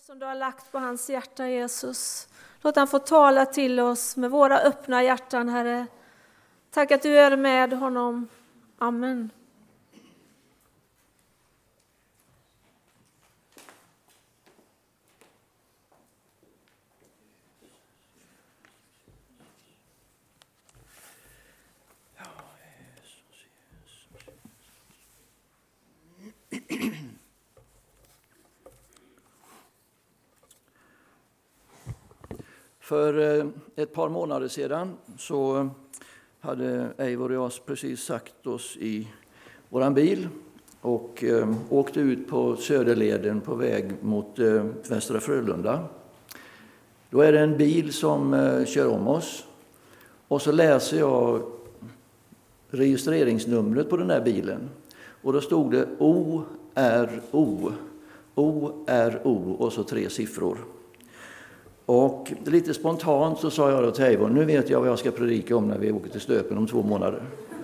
som du har lagt på hans hjärta, Jesus. Låt han få tala till oss med våra öppna hjärtan, Herre. Tack att du är med honom. Amen. För ett par månader sedan så hade Eivor och jag precis sagt oss i våran bil och åkte ut på Söderleden på väg mot Västra Frölunda. Då är det en bil som kör om oss och så läser jag registreringsnumret på den här bilen. Och då stod det ORO, ORO och så 3 siffror. Och lite spontant så sa jag då till Eivor, nu vet jag vad jag ska predika om när vi åker till Stöpen om 2 månader.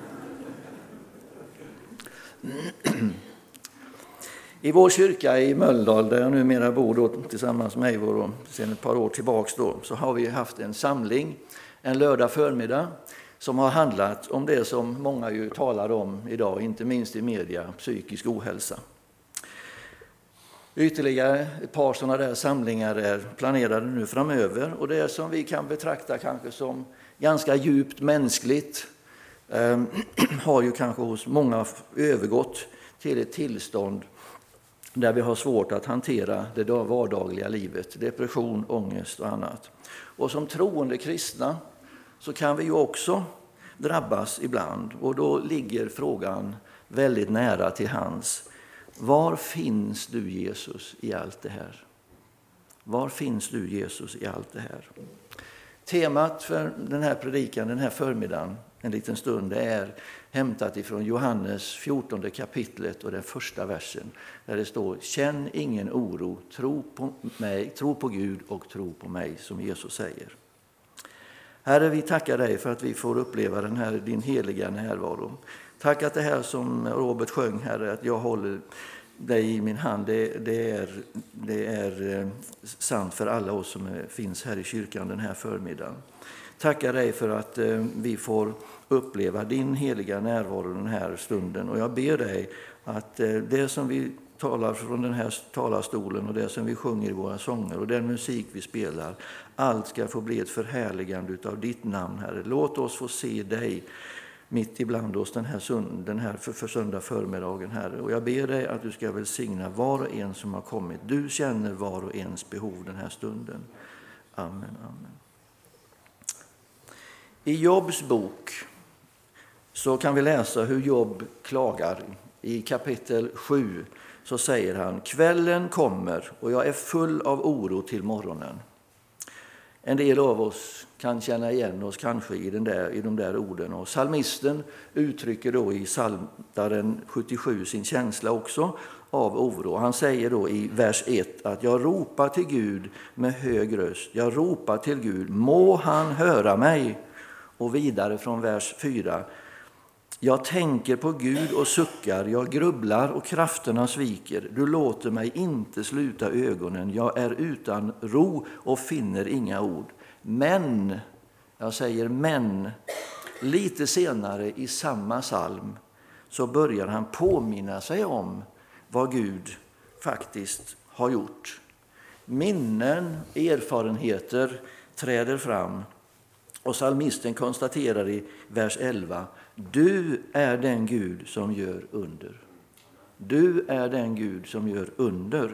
I vår kyrka i Mölndal, där jag numera bor då, tillsammans med Eivor och sedan ett par år tillbaks då, så har vi haft en samling en lördag förmiddag som har handlat om det som många ju talar om idag, inte minst i media, psykisk ohälsa. Ytterligare ett par sådana där samlingar är planerade nu framöver, och det som vi kan betrakta kanske som ganska djupt mänskligt har ju kanske hos många övergått till ett tillstånd där vi har svårt att hantera det vardagliga livet, depression, ångest och annat. Och som troende kristna så kan vi ju också drabbas ibland, och då ligger frågan väldigt nära till hands. Var finns du, Jesus, i allt det här? Var finns du, Jesus, i allt det här? Temat för den här predikan, den här förmiddagen, en liten stund, det är hämtat ifrån Johannes 14 kapitlet och den första versen. Där det står, känn ingen oro, tro på Gud och tro på mig, som Jesus säger. Herre, vi tackar dig för att vi får uppleva den här, din heliga närvaro. Tack att det här som Robert sjöng, Herre, att jag håller dig i min hand, det är sant för alla oss som finns här i kyrkan den här förmiddagen. Tackar dig för att vi får uppleva din heliga närvaro den här stunden. Och jag ber dig att det som vi talar från den här talarstolen och det som vi sjunger i våra sånger och den musik vi spelar, allt ska få bli ett förhärligande av ditt namn, Herre. Låt oss få se dig mitt ibland oss den här för söndag förmiddagen, Herre. Och jag ber dig att du ska välsigna var och en som har kommit. Du känner var och ens behov den här stunden. Amen, amen. I Jobs bok så kan vi läsa hur Job klagar. I kapitel 7 så säger han, kvällen kommer och jag är full av oro till morgonen. En del av oss kan känna igen oss kanske i de där orden. Och psalmisten uttrycker då i psaltaren 77 sin känsla också av oro. Han säger då i vers 1 att jag ropar till Gud med hög röst. Jag ropar till Gud, må han höra mig. Och vidare från vers 4. Jag tänker på Gud och suckar, jag grubblar och krafterna sviker. Du låter mig inte sluta ögonen, jag är utan ro och finner inga ord. Men, jag säger men, lite senare i samma psalm så börjar han påminna sig om vad Gud faktiskt har gjort. Minnen, erfarenheter träder fram. Och psalmisten konstaterar i vers 11, du är den Gud som gör under. Du är den Gud som gör under.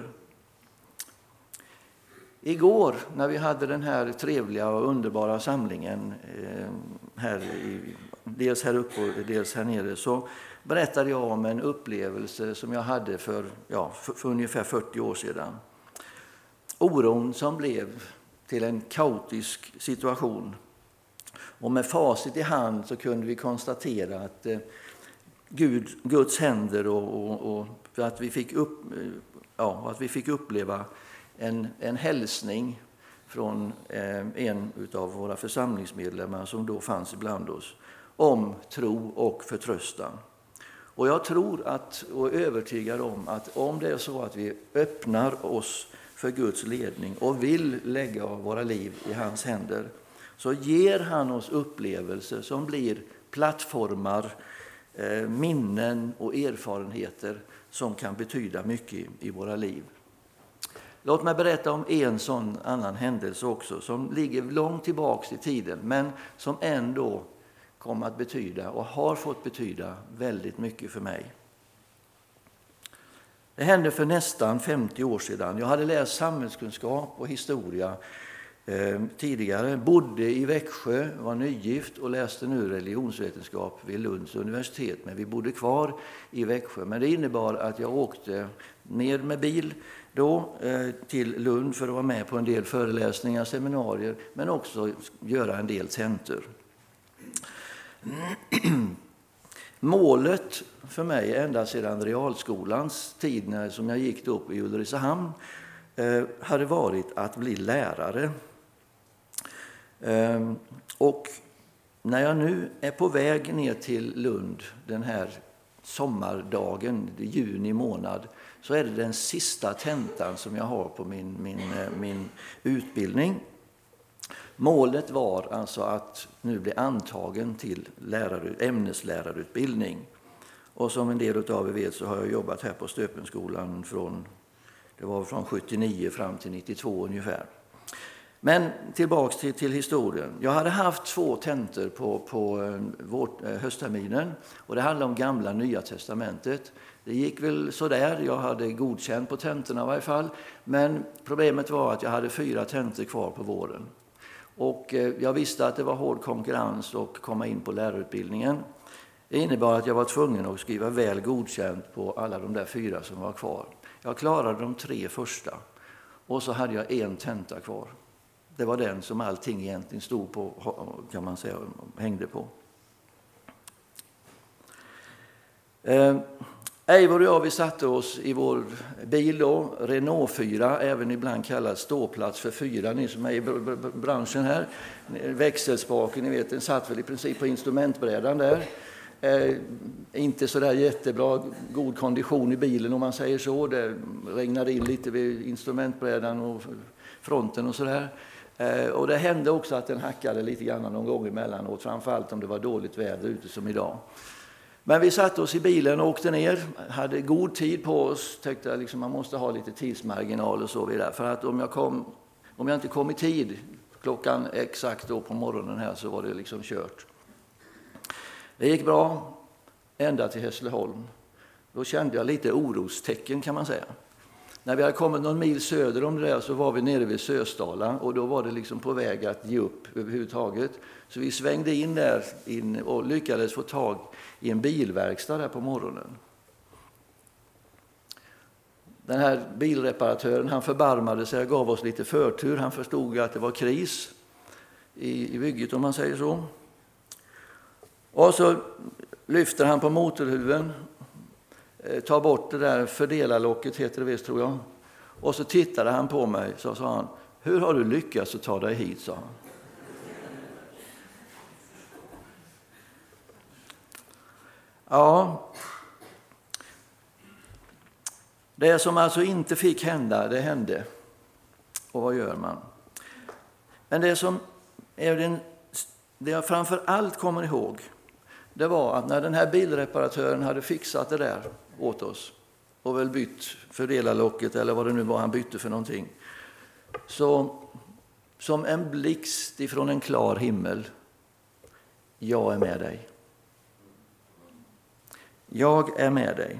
Igår när vi hade den här trevliga och underbara samlingen, dels här uppe och dels här nere, så berättade jag om en upplevelse som jag hade för ungefär 40 år sedan. Oron som blev till en kaotisk situation. Och med facit i hand så kunde vi konstatera att Guds händer och att vi fick uppleva en hälsning från en av våra församlingsmedlemmar som då fanns ibland oss om tro och förtröstan. Och jag tror och är övertygad om att om det är så att vi öppnar oss för Guds ledning och vill lägga våra liv i hans händer, så ger han oss upplevelser som blir plattformar, minnen och erfarenheter som kan betyda mycket i våra liv. Låt mig berätta om en sån annan händelse också, som ligger långt tillbaks i tiden, men som ändå kom att betyda och har fått betyda väldigt mycket för mig. Det hände för nästan 50 år sedan. Jag hade läst samhällskunskap och historia tidigare, bodde i Växjö, var nygift och läste nu religionsvetenskap vid Lunds universitet. Men vi bodde kvar i Växjö. Men det innebar att jag åkte ner med bil då till Lund för att vara med på en del föreläsningar, seminarier, men också göra en del tentor. Målet för mig ända sedan realskolans tid, som jag gick upp i Ulricehamn, hade varit att bli lärare. Och när jag nu är på väg ner till Lund den här sommardagen, juni månad, så är det den sista tentan som jag har på min utbildning. Målet var alltså att nu bli antagen till ämneslärarutbildning. Och som en del av er vet så har jag jobbat här på Stöpenskolan från 79 fram till 92 ungefär. Men tillbaks till historien. Jag hade haft 2 tentor på höstterminen, och det handlade om Gamla Nya Testamentet. Det gick väl sådär, jag hade godkänt på tentorna i varje fall, men problemet var att jag hade 4 tentor kvar på våren. Och jag visste att det var hård konkurrens att komma in på lärarutbildningen. Det innebar att jag var tvungen att skriva väl godkänt på alla de där 4 som var kvar. Jag klarade de 3 första, och så hade jag 1 tenta kvar. Det var den som allting egentligen stod på, kan man säga, hängde på. Eivor och jag, vi satte oss i vår bil då, Renault 4, även ibland kallad ståplats för 4, ni som är i branschen här. Växelspaken, ni vet, den satt väl i princip på instrumentbrädan där. Inte så där jättebra, god kondition i bilen om man säger så. Det regnade in lite vid instrumentbrädan och fronten och sådär. Och det hände också att den hackade lite grann någon gång emellanåt, framförallt om det var dåligt väder ute som idag. Men vi satte oss i bilen och åkte ner, hade god tid på oss, tyckte jag liksom man måste ha lite tidsmarginal och så vidare. För att om jag inte kom i tid klockan exakt då på morgonen här, så var det liksom kört. Det gick bra ända till Hässleholm. Då kände jag lite orostecken, kan man säga. När vi hade kommit någon mil söder om det där, så var vi nere vid Sösdala, och då var det liksom på väg att ge upp överhuvudtaget. Så vi svängde in där och lyckades få tag i en bilverkstad där på morgonen. Den här bilreparatören, han förbarmade sig och gav oss lite förtur. Han förstod att det var kris i bygget, om man säger så. Och så lyfter han på motorhuven, tar bort det där fördelarlocket, heter det visst, tror jag. Och så tittade han på mig, så sa han: "Hur har du lyckats att ta dig hit?" sa han. Ja, det som alltså inte fick hända, det hände. Och vad gör man? Men det som är det jag framför allt kommer ihåg, det var att när den här bilreparatören hade fixat det där åt oss och väl bytt fördelarlocket eller vad det nu var han bytte för någonting, så som en blixt ifrån en klar himmel: "Jag är med dig. Jag är med dig."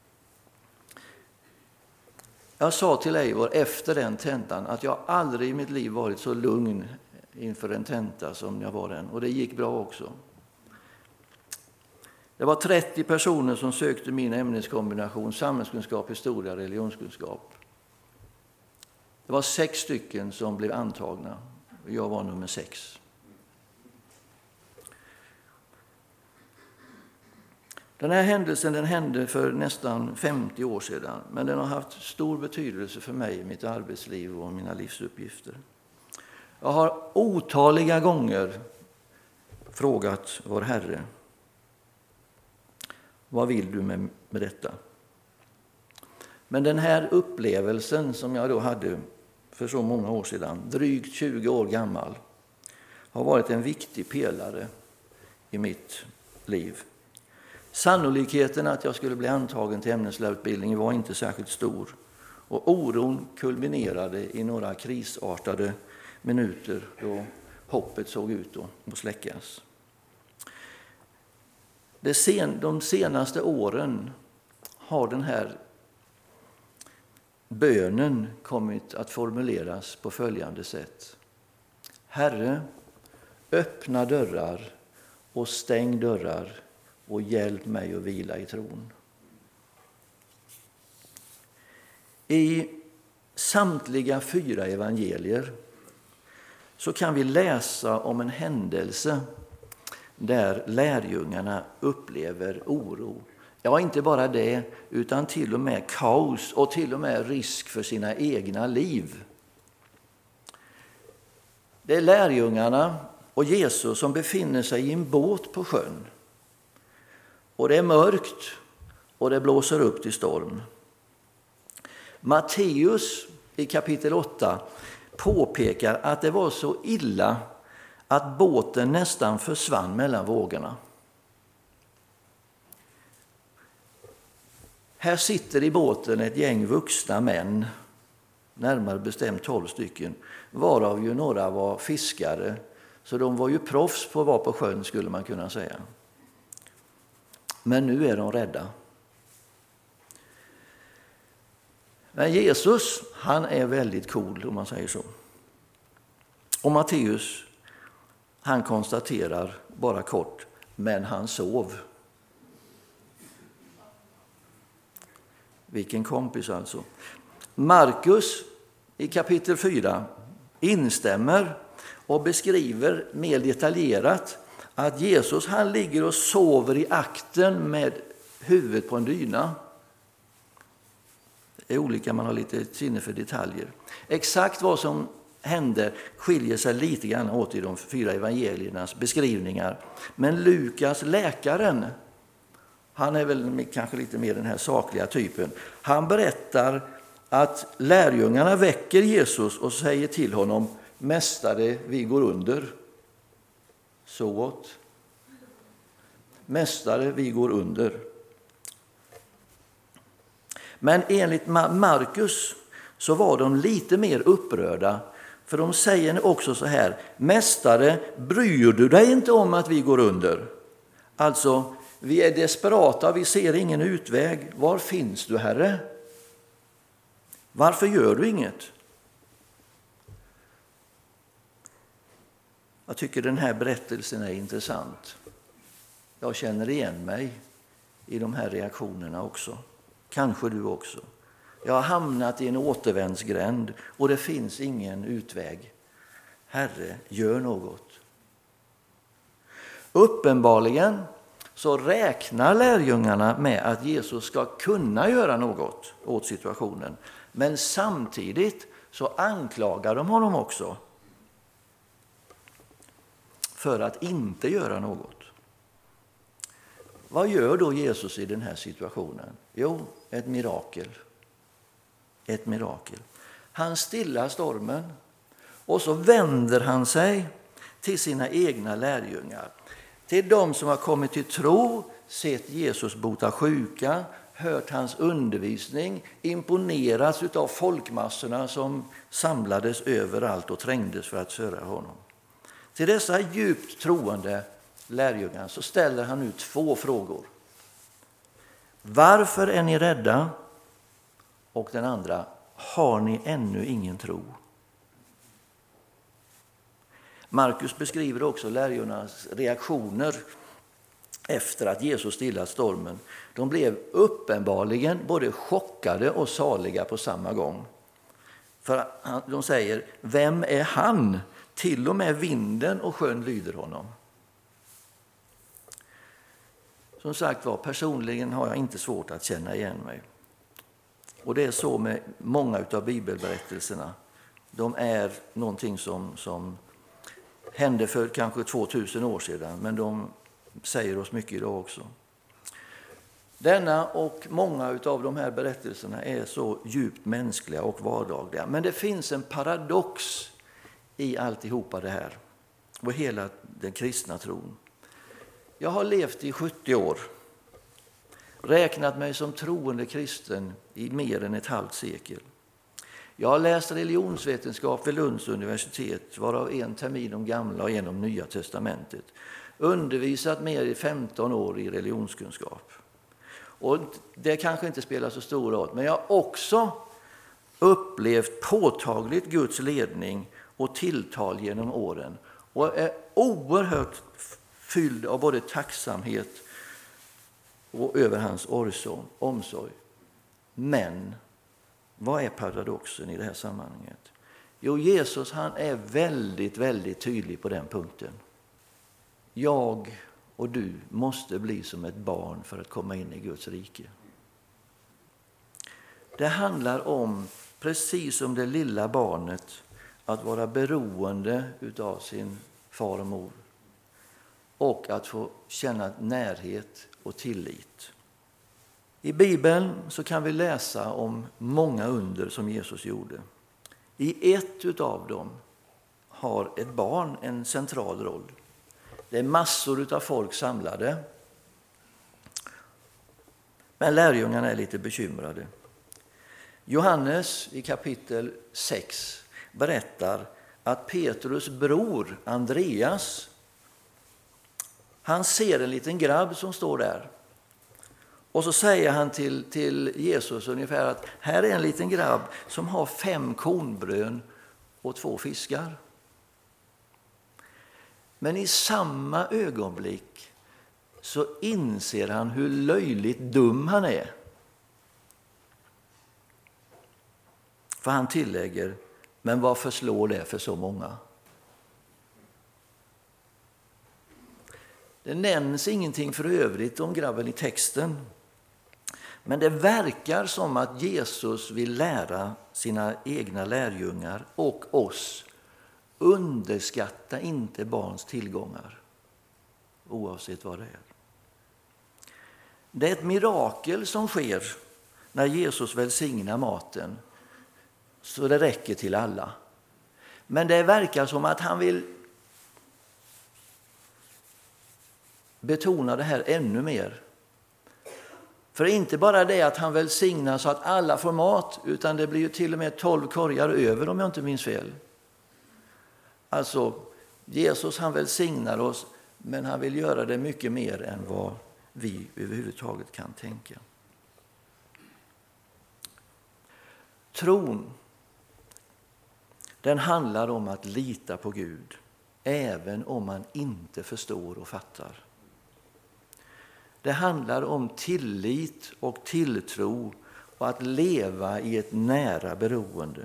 Jag sa till Eivor efter den tentan att jag aldrig i mitt liv varit så lugn inför en tenta som jag var den. Och det gick bra också. Det var 30 personer som sökte min ämneskombination samhällskunskap, historia, religionskunskap. Det var 6 stycken som blev antagna. Jag var nummer 6. Den här händelsen, den hände för nästan 50 år sedan, men den har haft stor betydelse för mig i mitt arbetsliv och mina livsuppgifter. Jag har otaliga gånger frågat vår Herre: "Vad vill du med detta?" Men den här upplevelsen som jag då hade för så många år sedan, drygt 20 år gammal, har varit en viktig pelare i mitt liv. Sannolikheten att jag skulle bli antagen till ämneslärarutbildningen var inte särskilt stor. Och oron kulminerade i några krisartade minuter då hoppet såg ut att släckas. De senaste åren har den här bönen kommit att formuleras på följande sätt. Herre, öppna dörrar och stäng dörrar och hjälp mig att vila i tron. I samtliga 4 evangelier så kan vi läsa om en händelse där lärjungarna upplever oro. Ja, inte bara det, utan till och med kaos och till och med risk för sina egna liv. Det är lärjungarna och Jesus som befinner sig i en båt på sjön. Och det är mörkt och det blåser upp till storm. Matteus i kapitel 8 påpekar att det var så illa att båten nästan försvann mellan vågorna. Här sitter i båten ett gäng vuxna män, närmare bestämt 12 stycken, varav ju några var fiskare. Så de var ju proffs på att vara på sjön, skulle man kunna säga. Men nu är de rädda. Men Jesus, han är väldigt cool om man säger så. Och Matteus, han konstaterar bara kort, men han sov. Vilken kompis alltså. Markus i kapitel 4 instämmer och beskriver mer detaljerat att Jesus, han ligger och sover i akten med huvudet på en dyna. Det är olika, man har lite sinne för detaljer. Exakt vad som hände skiljer sig lite grann åt i de 4 evangeliernas beskrivningar. Men Lukas, läkaren, han är väl kanske lite mer den här sakliga typen. Han berättar att lärjungarna väcker Jesus och säger till honom: Mästare, vi går under. Så what? Mästare, vi går under. Men enligt Markus så var de lite mer upprörda. För de säger också så här: Mästare, bryr du dig inte om att vi går under? Alltså, vi är desperata, vi ser ingen utväg. Var finns du, Herre? Varför gör du inget? Jag tycker den här berättelsen är intressant. Jag känner igen mig i de här reaktionerna också. Kanske du också. Jag har hamnat i en återvändsgränd och det finns ingen utväg. Herre, gör något. Uppenbarligen så räknar lärjungarna med att Jesus ska kunna göra något åt situationen. Men samtidigt så anklagar de honom också för att inte göra något. Vad gör då Jesus i den här situationen? Jo, ett mirakel. Ett mirakel. Han stillar stormen och så vänder han sig till sina egna lärjungar. Till de som har kommit till tro, sett Jesus bota sjuka, hört hans undervisning, imponerats av folkmassorna som samlades överallt och trängdes för att höra honom. Till dessa djupt troende lärjungar så ställer han ut 2 frågor. Varför är ni rädda? Och den andra, har ni ännu ingen tro? Markus beskriver också lärjungarnas reaktioner efter att Jesus stillat stormen. De blev uppenbarligen både chockade och saliga på samma gång. För de säger, vem är han? Till och med vinden och sjön lyder honom. Som sagt var, personligen har jag inte svårt att känna igen mig. Och det är så med många av bibelberättelserna. De är någonting som hände för kanske 2000 år sedan, men de säger oss mycket idag också. Denna och många av de här berättelserna är så djupt mänskliga och vardagliga. Men det finns en paradox i alltihopa det här och hela den kristna tron. Jag har levt i 70 år, räknat mig som troende kristen i mer än ett halvt sekel. Jag har läst religionsvetenskap vid Lunds universitet, varav en termin om Gamla och en om Nya testamentet. Undervisat mer i 15 år i religionskunskap. Och det kanske inte spelar så stor roll, men jag har också upplevt påtagligt Guds ledning och tilltal genom åren. Och är oerhört fylld av både tacksamhet och över hans omsorg. Men vad är paradoxen i det här sammanhanget? Jo, Jesus han är väldigt, väldigt tydlig på den punkten. Jag och du måste bli som ett barn för att komma in i Guds rike. Det handlar om, precis som det lilla barnet, att vara beroende av sin far och mor. Och att få känna närhet och tillit. I Bibeln så kan vi läsa om många under som Jesus gjorde. I ett av dem har ett barn en central roll. Det är massor av folk samlade. Men lärjungarna är lite bekymrade. Johannes i kapitel 6 berättar att Petrus bror Andreas, han ser en liten grabb som står där. Och så säger han till Jesus ungefär att här är en liten grabb som har 5 kornbröd och 2 fiskar. Men i samma ögonblick så inser han hur löjligt dum han är. För han tillägger, men vad förslår det för så många? Det nämns ingenting för övrigt om grabben i texten. Men det verkar som att Jesus vill lära sina egna lärjungar och oss: underskatta inte barns tillgångar, oavsett vad det är. Det är ett mirakel som sker när Jesus välsignar maten, så det räcker till alla. Men det verkar som att han vill betona det här ännu mer. För inte bara det att han välsignar så att alla får mat, utan det blir ju till och med 12 korgar över, om jag inte minns fel. Alltså, Jesus han välsignar oss, men han vill göra det mycket mer än vad vi överhuvudtaget kan tänka. Tron, den handlar om att lita på Gud, även om man inte förstår och fattar. Det handlar om tillit och tilltro och att leva i ett nära beroende.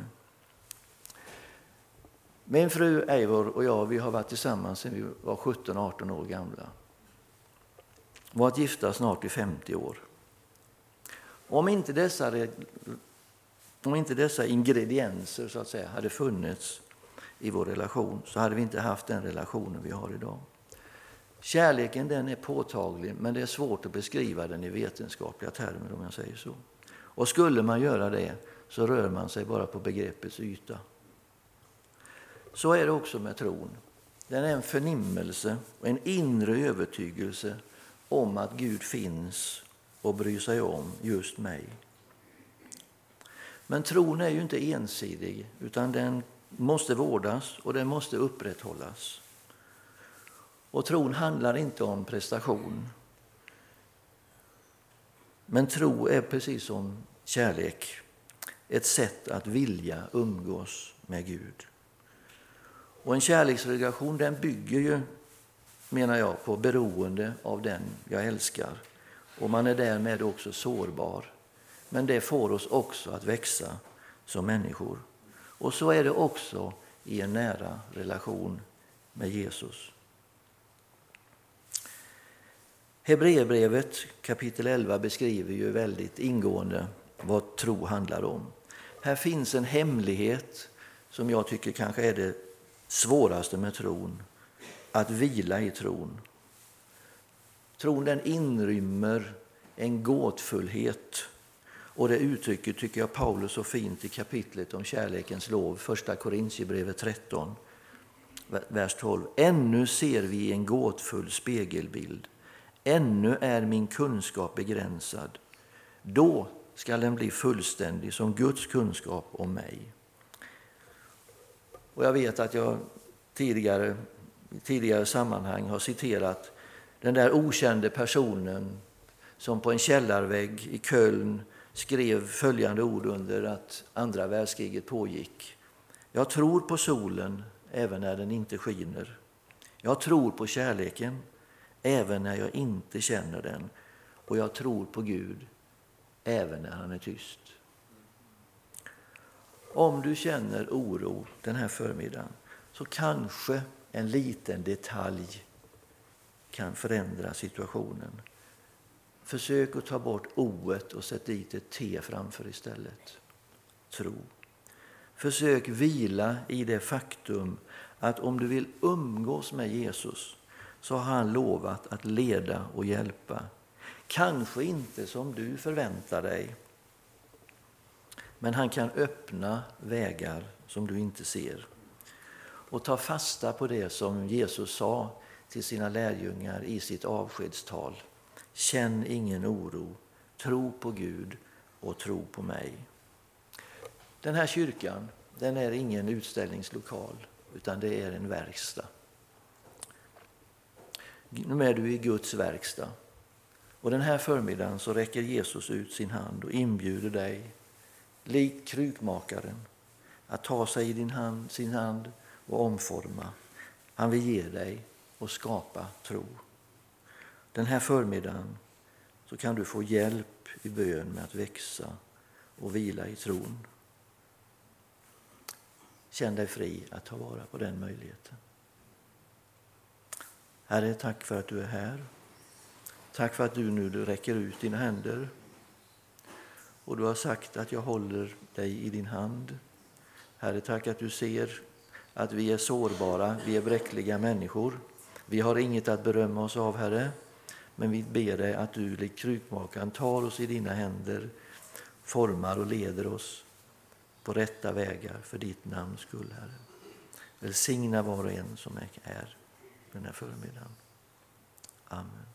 Min fru Eivor och jag, vi har varit tillsammans sedan vi var 17-18 år gamla. Varit gifta snart i 50 år. Om inte dessa ingredienser så att säga hade funnits i vår relation, så hade vi inte haft den relationen vi har idag. Kärleken, den är påtaglig, men det är svårt att beskriva den i vetenskapliga termer, om jag säger så. Och skulle man göra det, så rör man sig bara på begreppets yta. Så är det också med tron. Den är en förnimmelse och en inre övertygelse om att Gud finns och bryr sig om just mig. Men tron är ju inte ensidig, utan den måste vårdas och den måste upprätthållas. Och tron handlar inte om prestation. Men tro är precis som kärlek, ett sätt att vilja umgås med Gud. Och en kärleksrelation, den bygger ju, menar jag, på beroende av den jag älskar. Och man är därmed också sårbar. Men det får oss också att växa som människor. Och så är det också i en nära relation med Jesus. Hebreerbrevet kapitel 11 beskriver ju väldigt ingående vad tro handlar om. Här finns en hemlighet som jag tycker kanske är det svåraste med tron, att vila i tron. Tron, den inrymmer en gåtfullhet. Och det uttrycket tycker jag Paulus så fint i kapitlet om kärlekens lov, första Korintierbrevet 13, vers 12. Ännu ser vi en gåtfull spegelbild. Ännu är min kunskap begränsad. Då ska den bli fullständig som Guds kunskap om mig. Och jag vet att jag i tidigare sammanhang har citerat den där okände personen som på en källarvägg i Köln skrev följande ord under att andra världskriget pågick. Jag tror på solen även när den inte skiner. Jag tror på kärleken även när jag inte känner den. Och jag tror på Gud även när han är tyst. Om du känner oro den här förmiddagen så kanske en liten detalj kan förändra situationen. Försök att ta bort oet och sätt dit ett T framför istället. Tro. Försök vila i det faktum att om du vill umgås med Jesus så har han lovat att leda och hjälpa. Kanske inte som du förväntar dig, men han kan öppna vägar som du inte ser. Och ta fasta på det som Jesus sa till sina lärjungar i sitt avskedstal. Känn ingen oro, tro på Gud och tro på mig. Den här kyrkan, den är ingen utställningslokal utan det är en verkstad. Nu är du i Guds verkstad. Och den här förmiddagen så räcker Jesus ut sin hand och inbjuder dig, likt krukmakaren, att ta sig i sin hand och omforma. Han vill ge dig och skapa tro. Den här förmiddagen så kan du få hjälp i bön med att växa och vila i tron. Känn dig fri att ta vara på den möjligheten. Herre, tack för att du är här. Tack för att du nu räcker ut dina händer. Och du har sagt att jag håller dig i din hand. Herre, tack att du ser att vi är sårbara, vi är bräckliga människor. Vi har inget att berömma oss av, Herre. Men vi ber dig att du, likt krukmakaren, tar oss i dina händer, formar och leder oss på rätta vägar för ditt namns skull, Herre. Välsigna var och en som är den här förmiddagen. Amen.